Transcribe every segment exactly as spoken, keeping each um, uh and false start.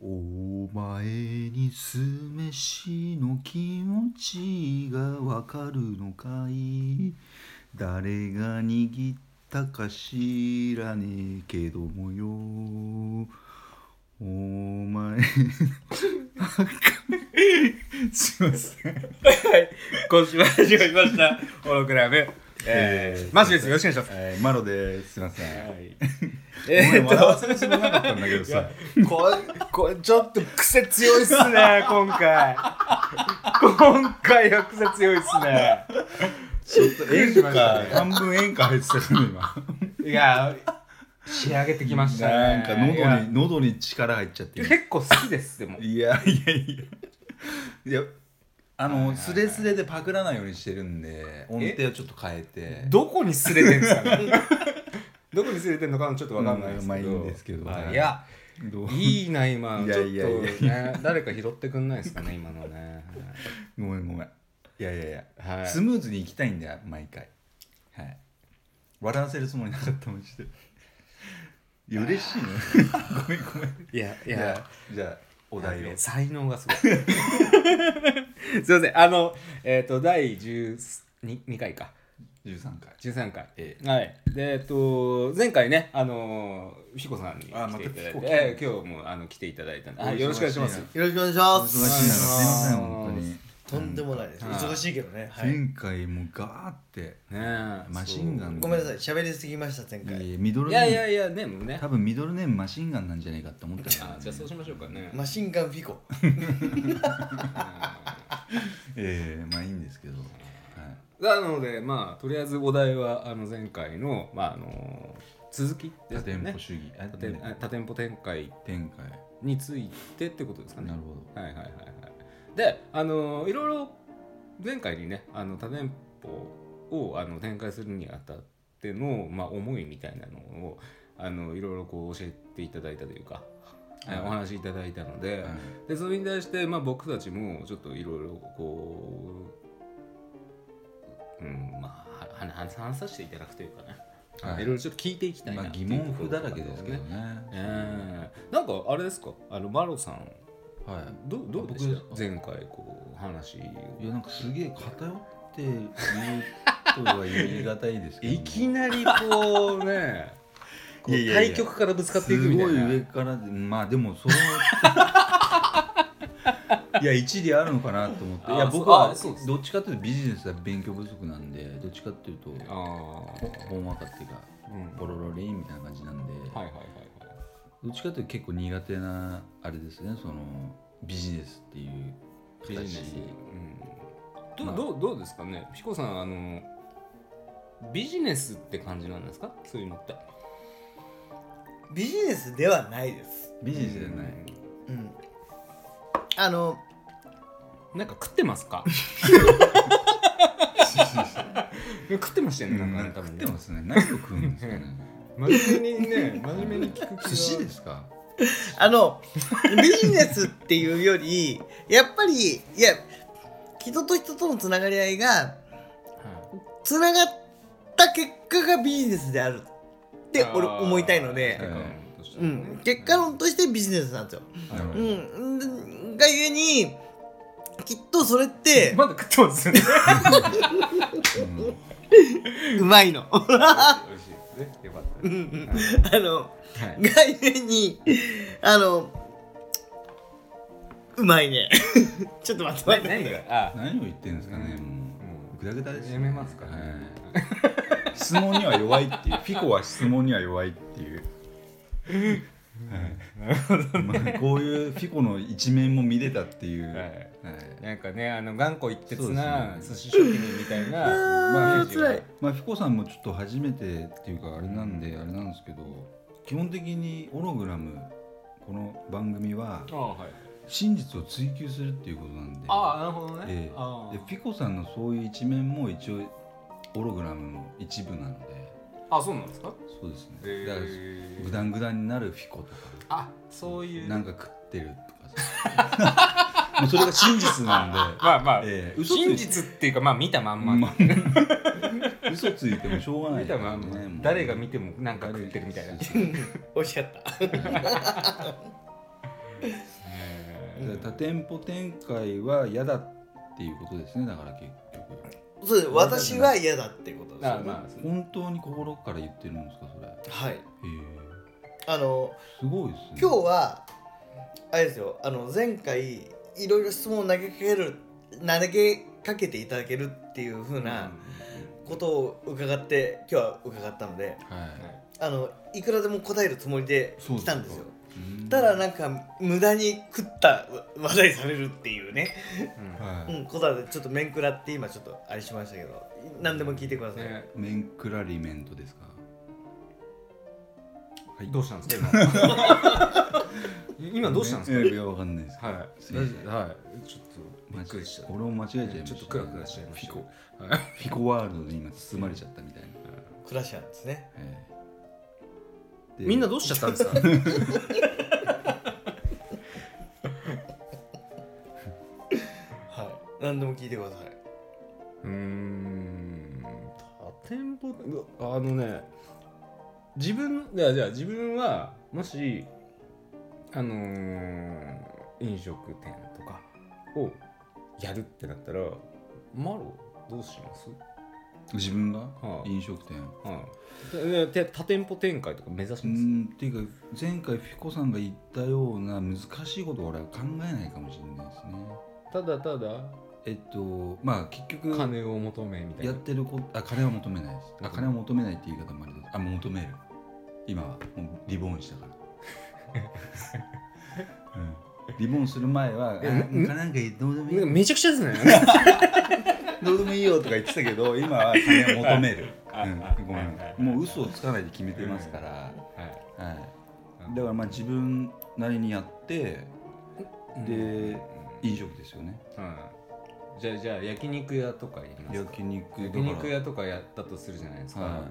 お前に酢飯の気持ちがわかるのかい、誰が握ったか知らねえけどもよ、お前すいません。 はい今週も始まりましたホログラム、えー、 えーマジです。よろしくお願いします。 えー、マロです。すいません。 はいえー、っと笑わせるつもりなかったんだけどさ、 これこれちょっと癖強いっすね今回今回は癖強いっすね。 ちょっと演歌半分演歌入ってたよね今。 いや仕上げてきましたね。 なんか喉に喉に力入っちゃって。 結構好きですでも。 いやいやいやいや、あのスレスレでパクらないようにしてるんで音程をちょっと変えて。 どこにすれてんですかねどこにすれてんのかちょっとわかんないですけど、 うん、まあいいんですけど、 まあ、いやいいな今のちょっとね、 いやいやいや誰か拾ってくんないですかね今のね。 ごめんごめん。いやいやいや、 はい、 スムーズにいきたいんだよ毎回。はい。笑わせるつもりなかったもんして。いや嬉しいねごめんごめん。 いやいやじゃあじゃあお題を。 才能がすごいすいません、あのえっ、ー、とだいじゅうにかいかじゅうさんかいじゅうさんかい、 ええはいでえっ、ー、と前回ねあのー、フィコさんに来ていただいて、 またえー、今日もあの来ていただいたんで、はい、よろしくお願いします。 よろしくお願いしま忙しい中す。 すいません本当に。 とんでもないです。 はい忙しいけどね。はい。 前回もガーってねえマシンガンごめんなさい、喋りすぎました前回。 いやミドルいネームやいやいやねもうね多分ミドルネームマシンガンなんじゃないかって思ったから、ね、 あじゃあそうしましょうかね。 マシンガンフィコ。 ええー、まあいいんですけど、はい、 なのでまあとりあえずお題はあの前回のまああの続きで多すね。 店舗主義多店多店舗展開展開についてってことですかね。 なるほど。 はいはいはいはい。であのいろいろ前回にねあの多店舗をあの展開するにあたってのまあ思いみたいなのをあのいろいろこう教えていただいたというか、はい、お話しいただいたので、はい、でそれに対してまあ僕たちもちょっといろいろこううんまあ話させていただくというかね。はい、いろいろちょっと聞いていきたいな、 まあ、疑問符だらけですけどね、 えー、なんかあれですかあのマロさん、 はい、 ど, どうでした前回こう話。 いやなんかすげえ偏って言うとは言い難いですけど、ね、 いきなりこうねこう対極からぶつかっていくみたいな。 すごい上からでまあでもそのいや一理あるのかなと思って。いや僕はどっちかというとビジネスは勉強不足なんでどっちかっていうとほんわかっていうか、うん、ポロロリンみたいな感じなんで、はいはいはいはい、どっちかというと結構苦手なあれですねそのビジネスっていう形。ビジネス、 うん、ど, まあ、ど, うどうですかねピコさんあのビジネスって感じなんですかそういうのって。 ビジネスではないです。 ビジネスではない。 うん、うん、あのなんか食ってますか食ってましたよね。なんか、 うん、食ってますね。何を食うんですかね真面目にね真面目に聞く気が。 寿司ですか。 あのビジネスっていうよりやっぱりいや人と人とのつながり合いがつながった結果がビジネスであるって俺思いたいので、うん、結果論としてビジネスなんですよ、うん、がゆえにきっとそれってまだ食ってますよねうまいの美味しいですね。よかったです。 あの、はい、がゆえにあのうまいねちょっと待って待って何が何を言ってるんですかね。もうグダグダですね。 やめますかね。 質問には弱いっていうフィコは質問には弱いっていうはいまあ、こういうフィコの一面も見れたっていう、はいはい、 なんかねあの頑固一徹な寿司職人みたいなまあ辛い、まあ、フィコさんもちょっと初めてっていうかあれなんであれなんですけど基本的にオログラムこの番組は真実を追求するっていうことなんで。 ああなるほどね、 えー、あでフィコさんのそういう一面も一応オログラムの一部なので。 あ、そうなんですか。 そうですね。えー、だからグダングダンになるフィコとか。 あ、そういう。 なんか食ってるとかさ。もうそれが真実なんで。 まあまあ、 えー、嘘真実っていうかまあ見たまんま。ま嘘ついてもしょうがない、ね。 見たまんま。誰が見てもなんか食ってるみたいな。 美味しかった。 多店舗展開は嫌だっていうことですね。だから結局そうです。私は嫌だっていうことですよね。 まあ、本当に心から言ってるんですかそれ。 はい。へあのすごいですね。 今日はあれですよ、あの前回いろいろ質問を投げかける投げかけていただけるっていう風なことを伺って今日は伺ったので、はい、あのいくらでも答えるつもりで来たんですよ。ただなんか無駄に食った話題されるっていうね、うんはいうん、ことでちょっと面食らって今ちょっとあれしましたけど、何でも聞いてください。ね、 面食らリメントですか。 はい、どうしたんですか今今どうしたんですか。 いやわかんないです。 はい、はい、ちょっとびっくりした。 俺も間違えちゃいました。 ちょっとクラクラしちゃいました。 フィコ、はい、フィコワールドで今包まれちゃったみたいな。 クラシャンですね。 みんなどうしちゃったんですか。 はい、何でも聞いてください。 うーん、多店舗、あのね、自分じゃあじゃあ自分はもしあのー、飲食店とかをやるってなったら、マロどうします？ 自分が、はあ、飲食店、 はあ、で多店舗展開とか目指します？うんっていうか前回フィコさんが言ったような難しいことを俺は考えないかもしれないですね。 ただただえっとまあ結局金を求めみたいなやってること、あ金は求めないです。あ金は求めないって言い方もあれです。あ求める。今はもうリボーンしたから、うん、リボーンする前はあなんかどうでもいいめちゃくちゃですねどうでもいいよとか言ってたけど今は金を求める、うん、ごめんもう嘘をつかないで決めてますから、はいはい、だからまあ自分なりにやってで飲食ですよね、 うん、じゃあじゃあ焼肉屋とかやりますか。 焼肉焼肉屋とかやったとするじゃないですか、はい、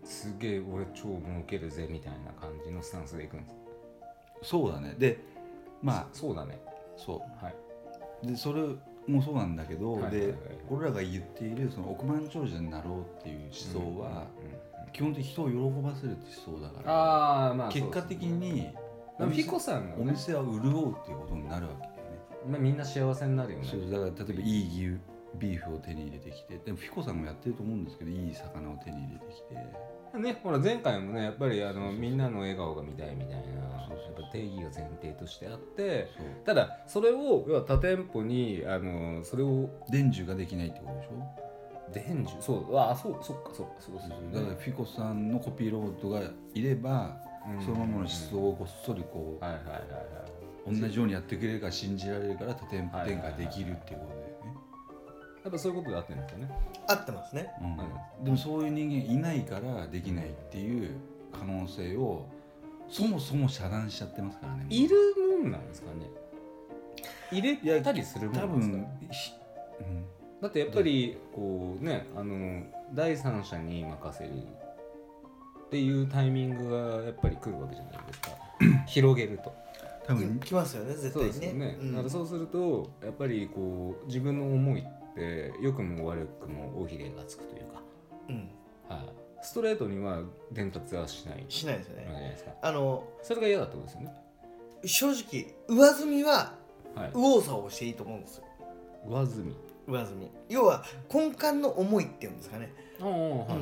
すげえ俺超儲けるぜみたいな感じのスタンスでいくんです。 そうだね。でまあそうだねそうはいでそれもそうなんだけど、はいはいはいはい、で俺らが言っているその億万長者になろうっていう思想は、うんうんうん、基本的に人を喜ばせるって思想だから、 あ、まあ、 結果的にお店、ピコさんが、ね、 お店は潤うっていうことになるわけだよね。 まあ、みんな幸せになるよね。 そうだから例えばいい牛ビーフを手に入れてきて、でもフィコさんもやってると思うんですけど、いい魚を手に入れてきてね、ほら前回もねやっぱりあのみんなの笑顔が見たいみたいな定義が前提としてあって、ただそれを要は他店舗にあのそれを伝授ができないってことでしょ。 伝授そうあそうそっかそっかそうですね。 だからフィコさんのコピーロボットがいれば、うん、そのままの思想をごっそりこう、はいはいはいはい、同じようにやってくれるから信じられるから他店舗展開できるっていうことで。 やっぱそういうことで合ってるんですよね。 合ってますね、 うん、でもそういう人間いないからできないっていう可能性をそもそも遮断しちゃってますからね。 いるもんなんですかね。入れたりするもんなんですかね。うん、だってやっぱりこうねあの第三者に任せるっていうタイミングがやっぱり来るわけじゃないですか広げると多分来ますよね絶対にね。そうですよね、 うん、だからそうするとやっぱりこう自分の思いって良くも悪くも尾ひれがつくというか、うんはあ、ストレートには伝達はしないしないですよね。 じゃないですか。 あのそれが嫌だってことですよね。 正直上積みは右往左往していいと思うんですよ。 上積み上積み要は根幹の思いっていうんですかね。うん、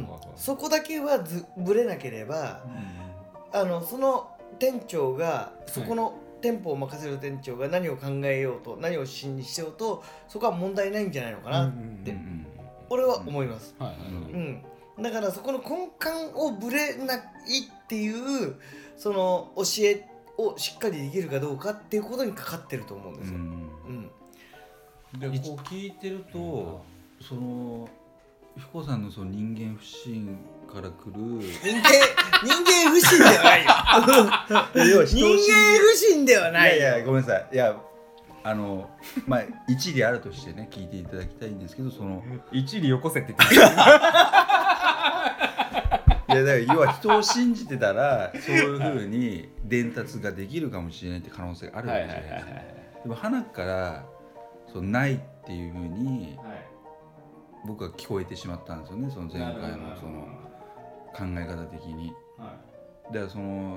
そこだけはずぶれなければ、うん、あのその店長がそこの、はい店舗を任せる店長が何を考えようと何を指針にしてようとそこは問題ないんじゃないのかなって俺は思います。だからそこの根幹をぶれないっていうその教えをしっかりできるかどうかっていうことにかかってると思うんですよ。うんうん、でこう聞いてると、うん、そのフィコさんのその人間不信からくる人間人間不信ではないよ人間不信ではないよ。 いやいやごめんなさい。いやあのまあ一理あるとしてね聞いていただきたいんですけど、その一理よこせって言ってるいやだから要は人を信じてたらそういうふうに伝達ができるかもしれないって可能性があるわけじゃないですか。でも鼻からそうないっていうふうに、はい、僕は聞こえてしまったんですよね。その前回のその考え方的に、はい、だからその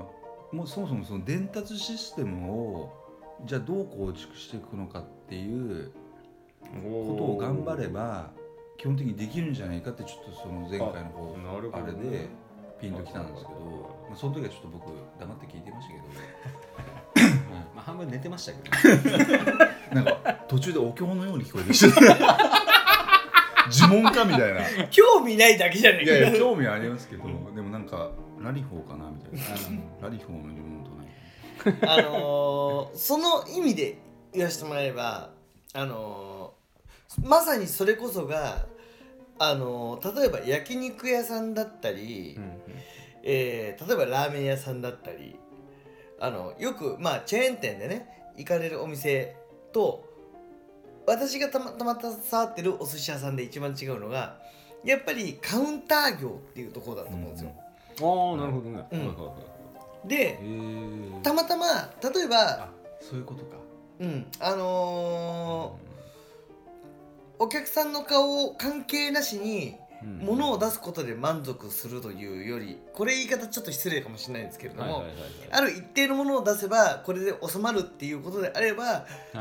もうそもそもその伝達システムをじゃあどう構築していくのかっていうことを頑張れば基本的にできるんじゃないかってちょっとその前回の方 あ, あれでピンときたんですけど、まあ、その時はちょっと僕黙って聞いてましたけどまあ半分寝てましたけど、ね、 なんか途中でお経のように聞こえてきた呪文かみたいな興味ないだけじゃないか。 いやいや興味はありますけど、でもなんかラリフォーかなみたいなラリフォーの呪文とないあのー、その意味で言わせてもらえば、あのー、まさにそれこそが、あのー、例えば焼肉屋さんだったり、うんうん、えー、例えばラーメン屋さんだったり、あのよく、まあ、チェーン店でね行かれるお店と私がたまたま携わってるお寿司屋さんで一番違うのがやっぱりカウンター業っていうところだと思うんですよ、 うん、ああなるほどね、 うん、でたまたま例えばそういうことか、 うんあのーうん、お客さんの顔を関係なしに物を出すことで満足するというより、これ言い方ちょっと失礼かもしれないんですけれども、ある一定のものを出せばこれで収まるっていうことであれば、はい、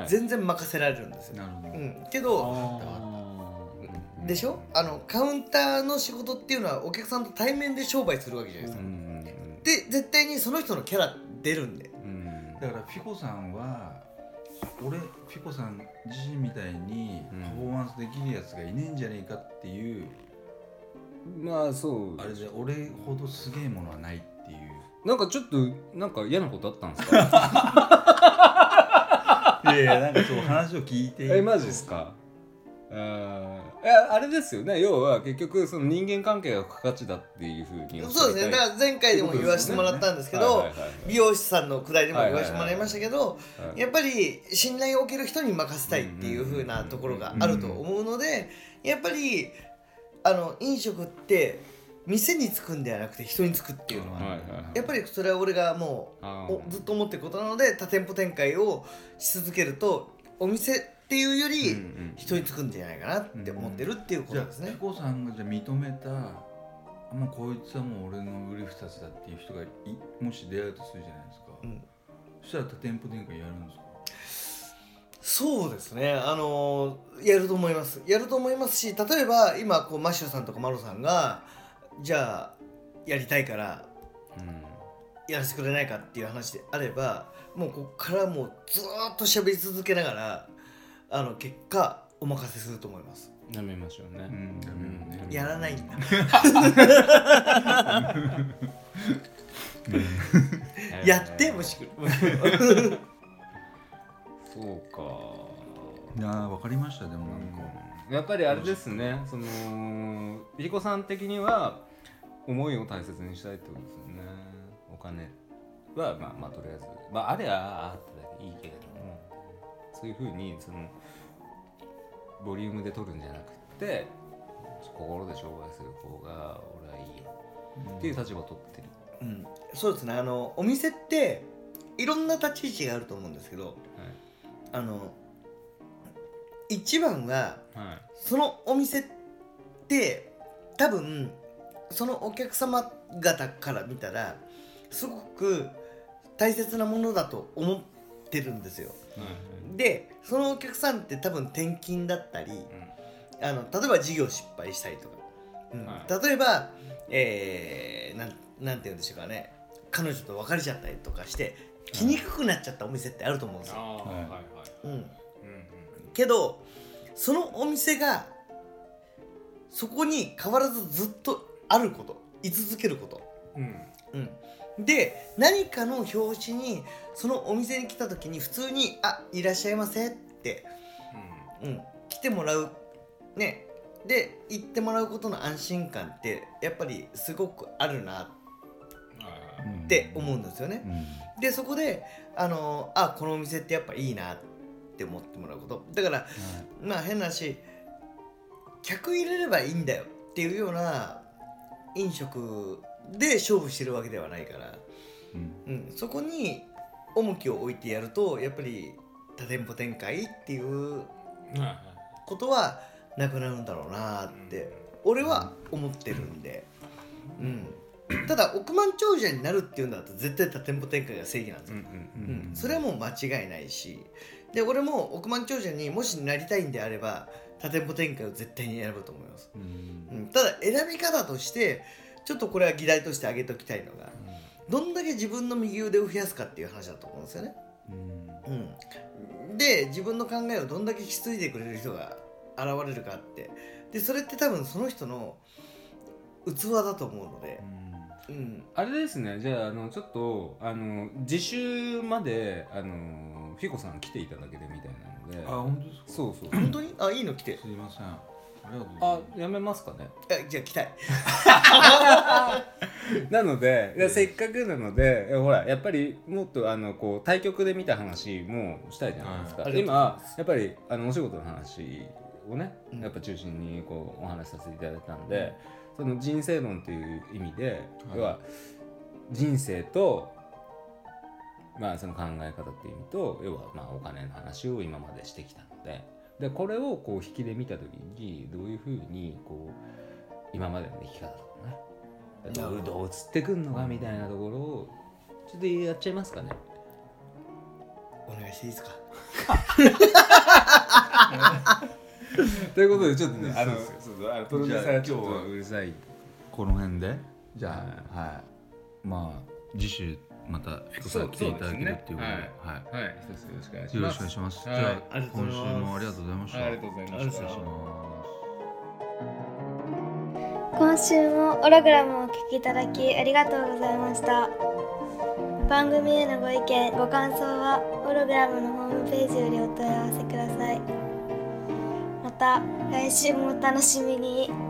全然任せられるんですよ。なるほど、うん、けどでしょ、あのカウンターの仕事っていうのはお客さんと対面で商売するわけじゃないですか、うん、で絶対にその人のキャラ出るんで、うん、 だからフィコさんは俺フィコさん自身みたいにパフォーマンスできるやつがいねえんじゃねえかっていう、 まあそうあれで俺ほどすげえものはないっていう。 なんかちょっとなんか嫌なことあったんですかいやいやなんかそう話を聞いてえマジですか。あいやあれですよね、要は結局その人間関係が不可欠だっていうふうにそうですね。だから前回でも言わせてもらったんですけど、美容師さんのくだりでも言わせてもらいましたけど、やっぱり信頼を受ける人に任せたいっていうふうなところがあると思うので、やっぱりあの飲食って店に着くんではなくて人に着くっていうのは、はいはいはい、やっぱりそれは俺がもうずっと思ってることなので、多店舗展開をし続けるとお店っていうより人に着くんじゃないかなって思ってるっていうことですね。 じゃあピコさんがじゃあ認めた、もうこいつはもう俺の売り二つだっていう人がいもし出会うとするじゃないですか、うん、そしたら多店舗展開やるんですか。 そうですね、あのやると思いますやると思いますし、例えば今こうマッシュさんとかマロさんがじゃあやりたいから、うん、やらせてくれないかっていう話であれば、もうここからもうずーっと喋り続けながらあの結果お任せすると思います。 やめましょうね、うん、やめようね。 やらないんだやってもしくそうか。 いやー分かりました。でもなんか、 うん、やっぱりあれですね、そのひこさん的には思いを大切にしたいってことですよね。お金はまあまあとりあえずまああれはあっただけいいけれども、そういう風にそのボリュームで取るんじゃなくて心で商売する方が俺はいいよ、うん、っていう立場を取ってる、 うん、そうですね。あのお店っていろんな立ち位置があると思うんですけど、はい、あの一番は、はい、そのお店って多分そのお客様方から見たらすごく大切なものだと思ってるんですよ、はいはい、でそのお客さんって多分転勤だったり、うん、あの例えば事業失敗したりとか、うんはい、例えば、えー、なん、なんて言うんでしょうかね、彼女と別れちゃったりとかして来にくくなっちゃったお店ってあると思うんですよ、はいはいはいうんうんうん、けどそのお店がそこに変わらずずっとあること、居続けること、うんうん、で何かの表紙にそのお店に来た時に普通にあいらっしゃいませって、うんうん、来てもらうね、で行ってもらうことの安心感ってやっぱりすごくあるなって思うんですよね、うん、でそこであのあこのお店ってやっぱいいなって思ってもらうことだから、うん、まあ変な話客入れればいいんだよっていうような飲食で勝負してるわけではないから、うんうん、そこに重きを置いてやるとやっぱり多店舗展開っていうことはなくなるんだろうなって俺は思ってるんで、うん、 ただ億万長者になるっていうんだと絶対多店舗展開が正義なんですよ、うんうんうん、それはもう間違いないし、で俺も億万長者にもしなりたいんであれば多店舗展開を絶対に選ぶと思います、うんうん、ただ選び方としてちょっとこれは議題として挙げておきたいのが、うん、どんだけ自分の右腕を増やすかっていう話だと思うんですよね、うんうん、で自分の考えをどんだけ引き継いでくれる人が現れるかって、でそれって多分その人の器だと思うので、 うんうん、あれですね。じゃあ、あのちょっとあの次週まであのフィコさん来ていただけてみたいなので。 あ、本当ですか。 そうそう。本当に？あ、いいの来て。 すいません。ありがとうございます。あ、やめますかね。 え、じゃあ来たい。 なので、いやせっかくなので、ほらやっぱりもっとあのこう対局で見た話もしたいじゃないですか。はい、今やっぱりあのお仕事の話をね、やっぱ中心にこうお話しさせていただいたので。その人生論という意味で、はい、要は人生と、まあ、その考え方っていう意味と、要はまあお金の話を今までしてきたので、でこれをこう引きで見たときにどういうふうにこう今までの生き方とかね、どう、どう映ってくんのかみたいなところをちょっとやっちゃいますかね。 お願いしていいですか。 ということでちょっとね、あのプロデューサーがちょっとうるさいこの辺で、じゃあ、はい、まあ次週またフィコさん来ていただけるっていうことで、はい、 はい、一つよろしくお願いします。 よろしくお願いします。じゃあ今週もありがとうございました。 ありがとうございました。 今週もオログラムをお聞きいただきありがとうございました。番組へのご意見ご感想はオログラムのホームページよりお問い合わせください。また来週もお楽しみに。